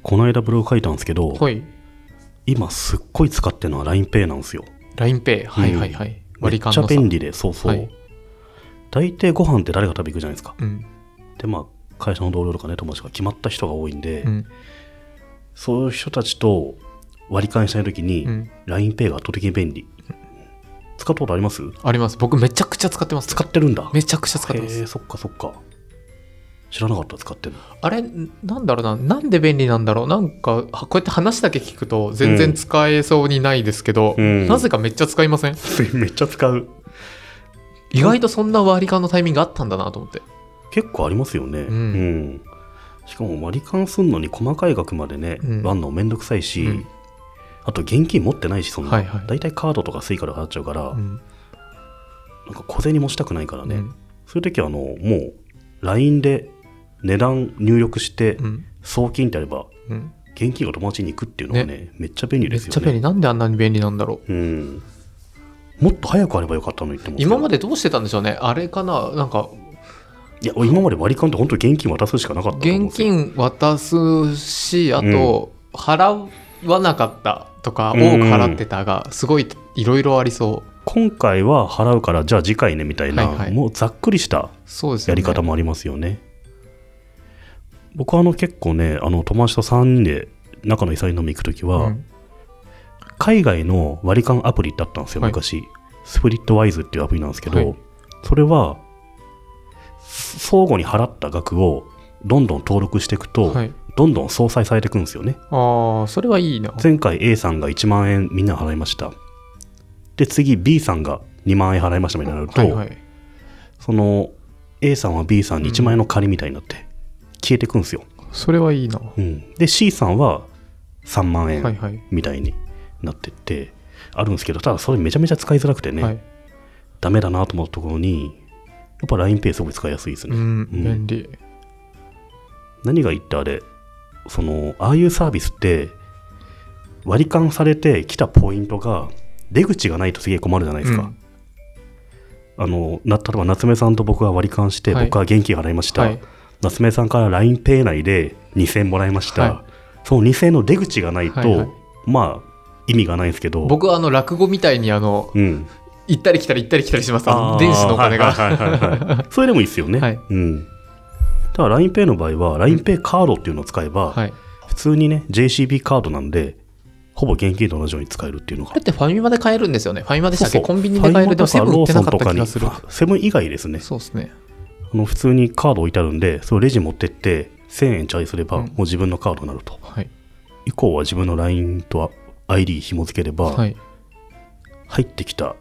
この間ブログ書いたんですけど、 はい。 今すっごい使ってるのは LINEPay なんですよ。 LINEPay。はいはいはい。割り勘のさ。 めっちゃ便利で、そうそう、 はい。 大体ご飯って誰が食べ行くじゃないですか。 うん。 でまあ会社の同僚とかね友達が決まった人が多いんで、 うん。 そういう人たちと割り勘したいときに、 うん。 LINEPay が圧倒的に便利。使ったことあります？ あります。僕めちゃくちゃ使ってます。 使ってるんだ。 めちゃくちゃ使ってます。 そっかそっか。知らなかった。使ってるの。 あれ、なんだろうな。なんで便利なんだろう。なんか、こうやって話だけ聞くと全然使えそうにないですけど、なぜかめっちゃ使いません？ めっちゃ使う。 意外とそんな割り勘のタイミングあったんだなと思って。 結構ありますよね。しかも割り勘すんのに細かい額までね、割んのめんどくさいし、あと現金持ってないし、そんな、だいたいカードとかスイカで払っちゃうから、なんか小銭持ちたくないからね、そういう時はもう LINE で値段入力して、送金ってあれば、現金が友達に行くっていうのがね、めっちゃ便利ですよね。 めっちゃ便利。なんであんなに便利なんだろう。 もっと早くあればよかったのにって思って。 今までどうしてたんでしょうね。あれかな、なんか、 いや今まで割り勘って本当に現金渡すしかなかったと思うんですよ。 現金渡すし、あと、払わなかったとか、多く払ってたが、すごいいろいろありそう。 今回は払うからじゃあ次回ねみたいな、もうざっくりしたやり方もありますよね。僕は結構ね、友達と3人で仲のいい3人飲み行くときは、海外の割り勘アプリってあったんですよ、昔。スプリットワイズっていうアプリなんですけど、それは相互に払った額をどんどん登録していくと、どんどん相殺されていくんですよね。 ああ、それはいいな。 前回 A さんが1万円みんな払いました。で次 B さんが2万円払いましたみたいになると、その A さんは B さんに1万円の借りみたいになって消えていくんですよ。 それはいいな。 で C さんは3万円みたいになってってあるんですけど、ただそれめちゃめちゃ使いづらくてね、ダメだなと思ったところにやっぱ LINEPay すごい使いやすいですね。 便利。 何が言ってあれ、ああいうサービスって割り勘されてきたポイントが出口がないとすげえ困るじゃないですか。例えば夏目さんと僕が割り勘して、僕は現金払いました、夏目さんから LINEPay 内で2000円もらいました、その2000円の出口がないと、まあ意味がないんですけど、 僕は落語みたいに行ったり来たり行ったり来たりします。電子のお金がそれでもいいですよね。ただ LINEPay の場合は LINEPay カードっていうのを使えば、普通にね JCB カードなんでほぼ現金と同じように使えるっていうのが。 これってファミマで買えるんですよね。ファミマでしたっけ？コンビニで買える。でもセブン売ってなかった気がする。 セブン以外ですね。 そうですね。 普通にカード置いてあるんで、それレジ持ってって1000円チャージすれば、もう自分のカードになると。以降は自分の LINE と ID 紐付ければ、入ってきた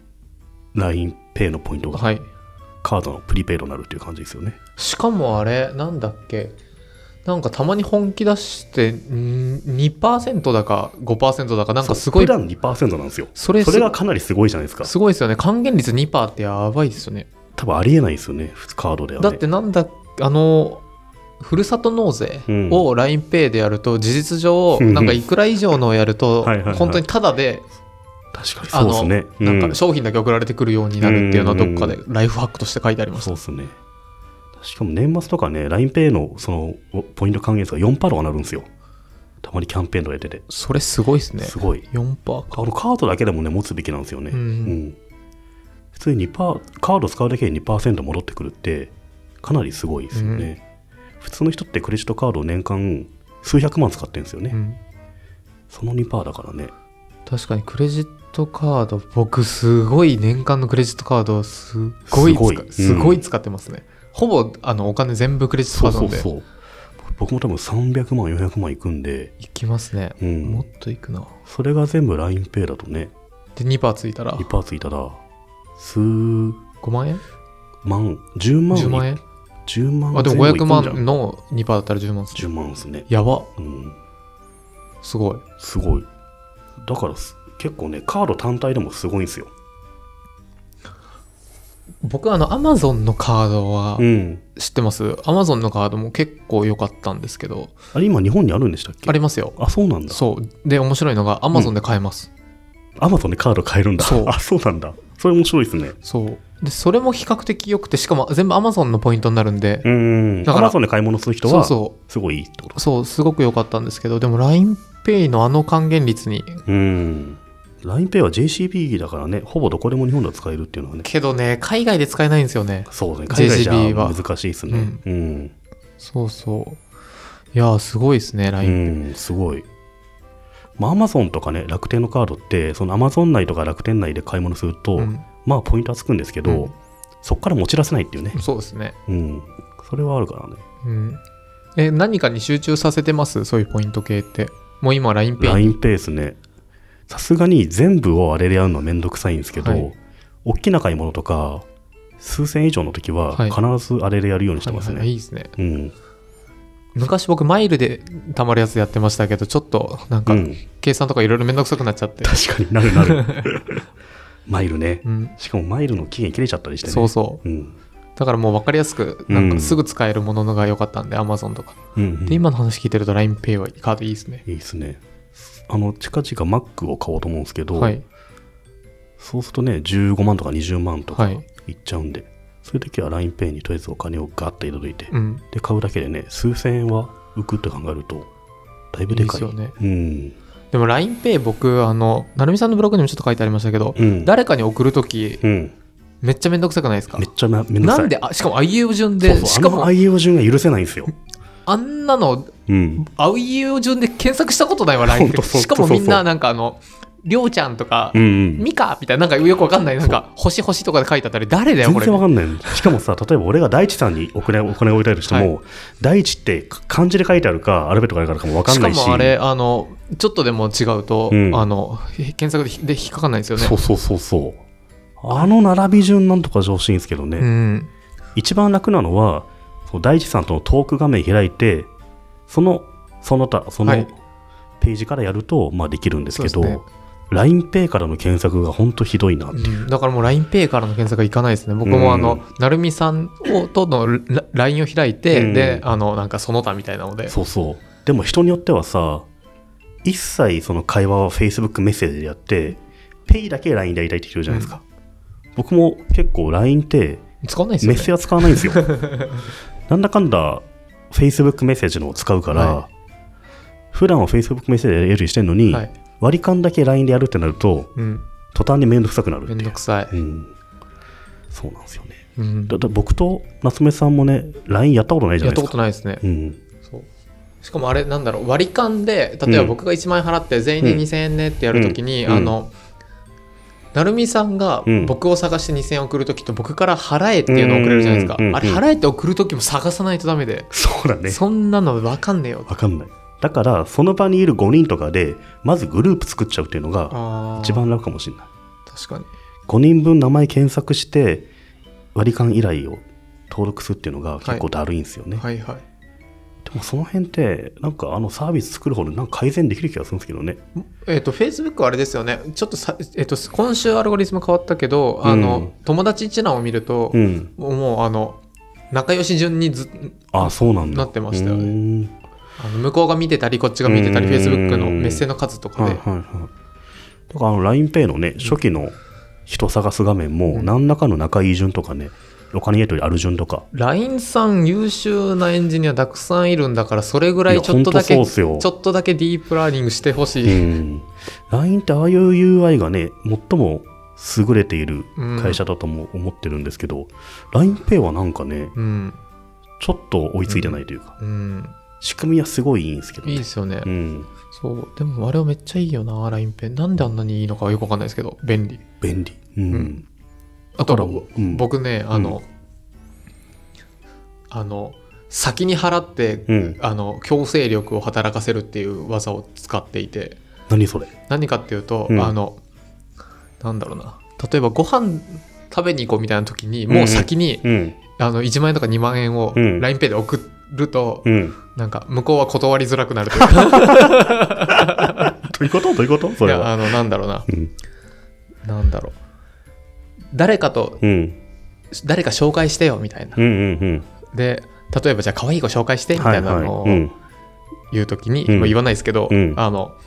LINEPay のポイントが、カードのプリペイドになるっていう感じですよね。 しかもあれなんだっけ、なんかたまに本気出して2% だか 5% だかなんかすごい。 普段 2% なんですよ。それがかなりすごいじゃないですか。 すごいですよね。還元率 2% ってやばいですよね。 多分ありえないですよね、カードではね。 だってなんだふるさと納税を LINEPay でやると事実上なんかいくら以上のをやると本当にタダで確かにそうですね。 なんか商品だけ送られてくるようになるっていうのはどっかでライフハックとして書いてありました。 そうですね。しかも年末とかね LINEPay のそのポイント還元率が 4% とかなるんですよ。たまにキャンペーンとかやってて。 それすごいですね。 すごい。 4% か。 カードだけでもね持つべきなんですよね。普通に 2% カード使うだけで 2% 戻ってくるってかなりすごいですよね。普通の人ってクレジットカードを年間数百万使ってるんですよね。その 2% だからね。 確かにクレジットカード僕すごい年間のクレジットカードすごい使ってますね。ほぼお金全部クレジットカードなんで。 そう僕も多分300万400万いくんで。 いきますね。もっといくな。 それが全部 LINEPay だとね。 で 2% ついたら 2% ついたら 5万円 10万 10万円 10万でも500万の 2% だったら10万ですね。 10万ですね。 やば、すごいだから結構ねカード単体でもすごいんですよ。 僕Amazon のカードは知ってます。Amazon のカードも結構良かったんですけど。 あれ今日本にあるんでしたっけ？ ありますよ。 あ、そうなんだ。 そうで面白いのが Amazon で買えます。 Amazon でカード買えるんだ。 そうあ、そうなんだ。それ面白いですね。 そうでそれも比較的良くて、しかも全部 Amazon のポイントになるんで、 だから Amazon で買い物する人はそうすごいいいってこと。 そうすごく良かったんですけど、でも LINEPay のあの還元率に LINEPay は JCB だからね、ほぼどこでも日本では使えるっていうのはね。 けどね、海外で使えないんですよね。 そうね、海外じゃ難しいですね。 そうそう。いやすごいですね、LINE。 すごい。まあ Amazon とかね、楽天のカードって、その Amazon 内とか楽天内で買い物すると、まあポイントはつくんですけど、そこから持ち出せないっていうね。 そうですね。 それはあるからね。何かに集中させてます？そういうポイント系って。もう今 LINEPay。 LINEPay ですね。さすがに全部をあれでやるのはめんどくさいんですけど、大きな買い物とか数千以上の時は必ずあれでやるようにしてますね。 いいですね。昔僕マイルで貯まるやつやってましたけど、ちょっとなんか計算とかいろいろめんどくさくなっちゃって。 確かになるマイルね、しかもマイルの期限切れちゃったりしてね。 そうそう、だからもう分かりやすくなんかすぐ使えるものが良かったんで、Amazon とか、で今の話聞いてると LINEPay はカードいいですね。 いいですね。近々 Mac を買おうと思うんですけど、そうするとね15万とか20万とかいっちゃうんで、そういう時は LINEPay にとりあえずお金をガッと入れといて、で買うだけでね数千円は浮くって考えるとだいぶでかい。いいですよね。 でも LINEPay 僕なるみさんのブログにもちょっと書いてありましたけど、誰かに送るとき、めっちゃめんどくさくないですか？ めっちゃめんどくさい。 なんでしかもあいうえお順で、しかもあいうえお順が許せないんですよ。 あんなの、あいうえお順で検索したことないわ LINE って。しかもみんななんかりょうちゃんとか、ミカみたいな、なんかよくわかんない、なんか星星とかで書いてあったり、誰だよこれ。 全然わかんない。しかもさ、例えば俺が大地さんにお金を置いてある人も、大地って漢字で書いてあるかアルファベットで書いてあるかもわかんないし、 しかもあれちょっとでも違うと、検索で引っかかんないですよね。 そう並び順なんとか上手いんですけどね、一番楽なのは大地さんとのトーク画面開いてそのページからやると、まあ、できるんですけど、LINEPay からの検索が本当ひどいなっていう、 だからもう LINEPay からの検索はいかないですね。僕もなるみさんとの LINE を開いて、でなんかその他みたいなので、 でも人によってはさ、一切その会話は Facebook メッセージでやって Pay だけ LINE でやりたいって言うじゃないですか、僕も結構 LINE って使わないですよね。 メッセージは使わないんですよなんだかんだ Facebook メッセージのを使うから、普段は Facebook メッセージでやり取りしてるのに、割り勘だけ LINE でやるってなると、途端にめんどくさくなるっていう。 めんどくさい、 そうなんですよね、だ僕と夏目さんもね LINE やったことないじゃないですか。 やったことないですね、そうしかもあれなんだろう、割り勘で例えば僕が1万円払って全員で2000円ねってやるときに、なるみさんが僕を探して2000円送るときと、僕から払えっていうのを送れるじゃないですか、あれ払えって送るときも探さないとダメで、 そうだね、 そんなの分かんねえよ。 分かんない。だからその場にいる5人とかでまずグループ作っちゃうっていうのが一番楽かもしれない。 確かに 5人分名前検索して割り勘依頼を登録するっていうのが結構だるいんですよね、でもその辺ってなんかサービス作るほどなんか改善できる気がするんですけどね。 Facebook はあれですよね、ちょっと今週アルゴリズム変わったけど、友達一覧を見ると、もう仲良し順にそうなんだなってましたよね。向こうが見てたりこっちが見てたり、 Facebook のメッセの数とかで、だから LINEPay のね初期の人探す画面も何らかの仲いい順とかね、お金やり取りある順とか、 LINE さん優秀なエンジニアたくさんいるんだから、それぐらいちょっとだけディープラーニングしてほしい、 LINE ってああいう UI がね最も優れている会社だとも思ってるんですけど、LINEPay はなんかね、ちょっと追いついてないというか、仕組みはすごいいいんですけどね。 いいですよね、そうでもあれはめっちゃいいよな LINEPay。 なんであんなにいいのかよくわかんないですけど便利、あと僕ね先に払って、強制力を働かせるっていう技を使っていて。 何それ？ 何かっていうと、なんだろうな、例えばご飯食べに行こうみたいな時に、もう先に、1万円とか2万円を LINEPay で送ると、なんか向こうは断りづらくなるというかどういうことそれは。 いやなんだろうな、なんだろう、誰か紹介してよみたいな、で例えばじゃあ可愛い子紹介してみたいなのを言うときに、言わないですけど、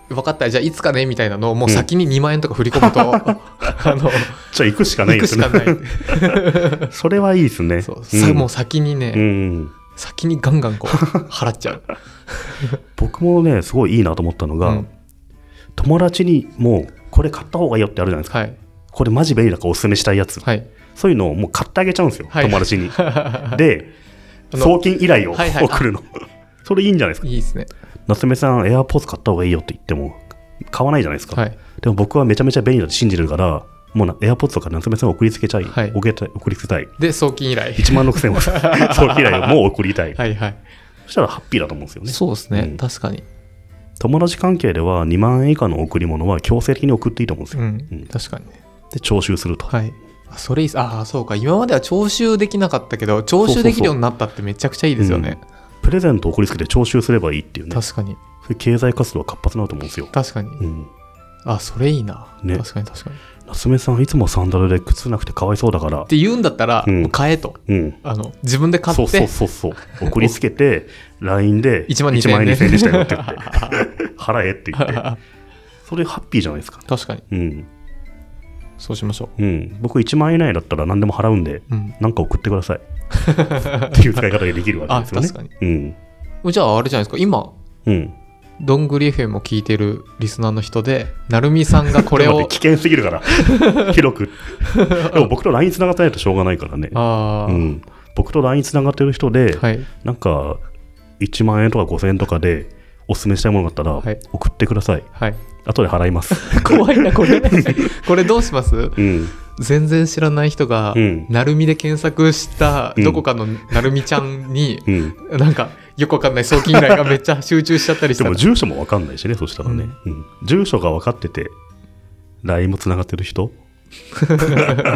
分かった、じゃあいつかねみたいなのをもう先に2万円とか振り込むと、 じゃあ行くしかないですね。 行くしかない。 それはいいですね。 そう、もう先にね、先にガンガンこう払っちゃう。 僕もねすごいいいなと思ったのが、友達にもうこれ買った方がいいよってあるじゃないですか、これマジ便利だからおすすめしたいやつ、そういうのをもう買ってあげちゃうんですよ、友達に。で送金依頼を送るの、それいいんじゃないですか。 いいですね。 夏目さんエアポーズ買った方がいいよって言っても買わないじゃないですか、でも僕はめちゃめちゃ便利だと信じるから、もうエアポーズとか夏目さんを送りつけちゃい、送りつけたい。 で送金依頼 1万6000を送金依頼をもう送りたい。そしたらハッピーだと思うんですよね。 そうですね、確かに。 友達関係では2万円以下の贈り物は強制的に送っていいと思うんですよ。 確かにね。 で徴収すると。 それいい。そうか、今までは徴収できなかったけど徴収できるようになったってめちゃくちゃいいですよね。 プレゼントを送りつけて徴収すればいいっていうね。 確かに。 そういう経済活動は活発になると思うんですよ。 確かに。それいいな、確かに。 夏目さんいつもサンダルで靴なくてかわいそうだからって言うんだったら、もう買えと、自分で買って送りつけてLINE で 1万2000 円でしたよって言って払えって言って、それハッピーじゃないですか。 確かに、そうしましょう。 僕1万円以内だったら何でも払うんで、なんか送ってくださいっていう使い方ができるわけですよね。 確かに、じゃああれじゃないですか、今、どんぐり FM を聞いてるリスナーの人でなるみさんがこれを危険すぎるから広くでも僕と LINE つながってないとしょうがないからね。僕と LINE つながってる人で、なんか1万円とか5000円とかでおすすめしたいものがあったら、送ってください。後で払います怖いなこれこれどうします、全然知らない人が、なるみで検索したどこかのなるみちゃんに、なんかよくわかんない送金依頼がめっちゃ集中しちゃったりしたらでも住所もわかんないしね、そしたらね、住所が分かってて LINE もつながってる人そういう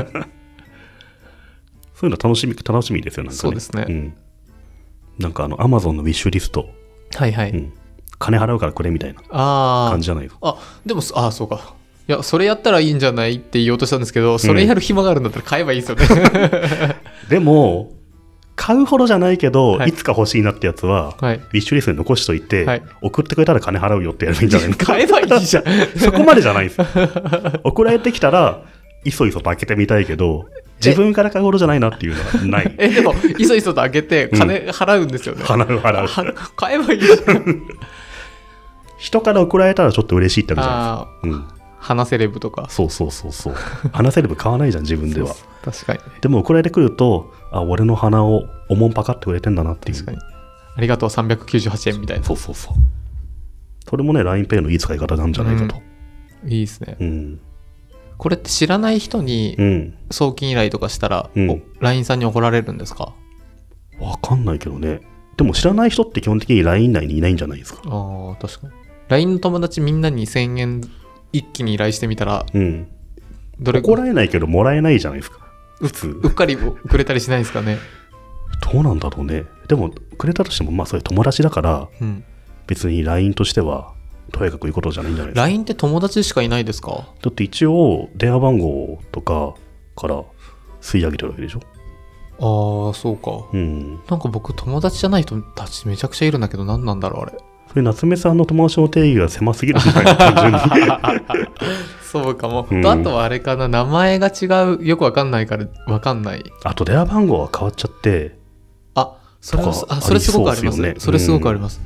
の楽しみですよ。なんかね、 そうですね、 なんかAmazon のウィッシュリスト、金払うからくれみたいな感じじゃないですか。 でもそうか、いやそれやったらいいんじゃないって言おうとしたんですけど、それやる暇があるんだったら買えばいいですよね、 でも買うほどじゃないけど、いつか欲しいなってやつは、ウィッシュリストに残しといて、送ってくれたら金払うよってやればいいんじゃないですか。 買えばいいじゃんそこまでじゃないです送られてきたらいそいそと開けてみたいけど、自分から買うほどじゃないなっていうのはない。 でもいそいそと開けて金払うんですよね、 払う買えばいいじゃん人から送られたらちょっと嬉しいってあるじゃないですか。 花セレブとか。 そう花セレブ買わないじゃん自分では。 確かに。 でも送られてくると、俺の花をおもんぱかってくれてんだなっていう。 確かに。ありがとう398円みたいな。 そうそれもね LINEPay のいい使い方なんじゃないかと。 いいですね、これって知らない人に送金依頼とかしたら、LINE さんに怒られるんですか？ わかんないけどね。でも知らない人って基本的に LINE 内にいないんじゃないですか。 確かに。LINE の友達みんなに1000円一気に依頼してみたら、 怒られないけどもらえないじゃないですか普通。 うっかりくれたりしないですかね。 どうなんだろうね。でもくれたとしてもそういう友達だから、別に LINE としてはとやかく言うことじゃないんじゃないですか。 LINE って友達しかいないですか？ だって一応電話番号とかから吸い上げてるわけでしょ。 そうか。なんか僕友達じゃない人たちめちゃくちゃいるんだけど、何なんだろうあれ。 それ夏目さんの友達の定義が狭すぎるみたいな単純にそうかも、あとはあれかな、名前が違う、よくわかんないからわかんない。 あと電話番号が変わっちゃって、 それすごくありますね。それすごくあります。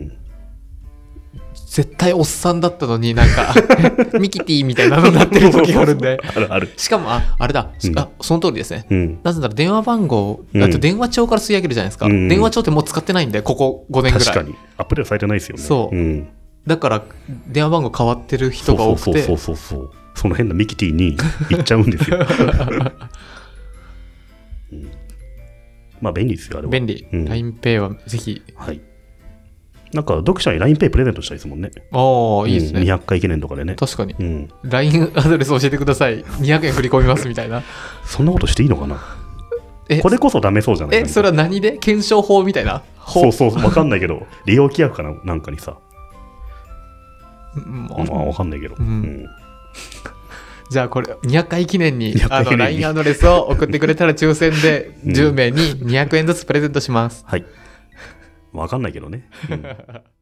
絶対おっさんだったのになんかミキティみたいなのになってる時があるんである。 しかもあれだ、その通りですね、なぜなら電話番号、あと電話帳から吸い上げるじゃないですか、電話帳ってもう使ってないんで、ここ5年ぐらい。確かにアップデートされてないですよね。そう、 だから電話番号変わってる人が多くて、 その変なミキティに行っちゃうんですよまあ便利ですよあれは。 便利、LINEPay はぜひ。 なんか読者に LINEPay プレゼントしたいですもんね。 いいですね。 200回記念とかでね。 確かに。LINE アドレス教えてください。200円振り込みますみたいな。 そんなことしていいのかな。これこそダメそうじゃない。 それは何で検証法みたいな。 そうわかんないけど利用規約かなんかにさ。わかんないけど。 じゃあこれ200回記念にLINE アドレスを送ってくれたら抽選で10名に200円ずつプレゼントします。 はい。わかんないけどね。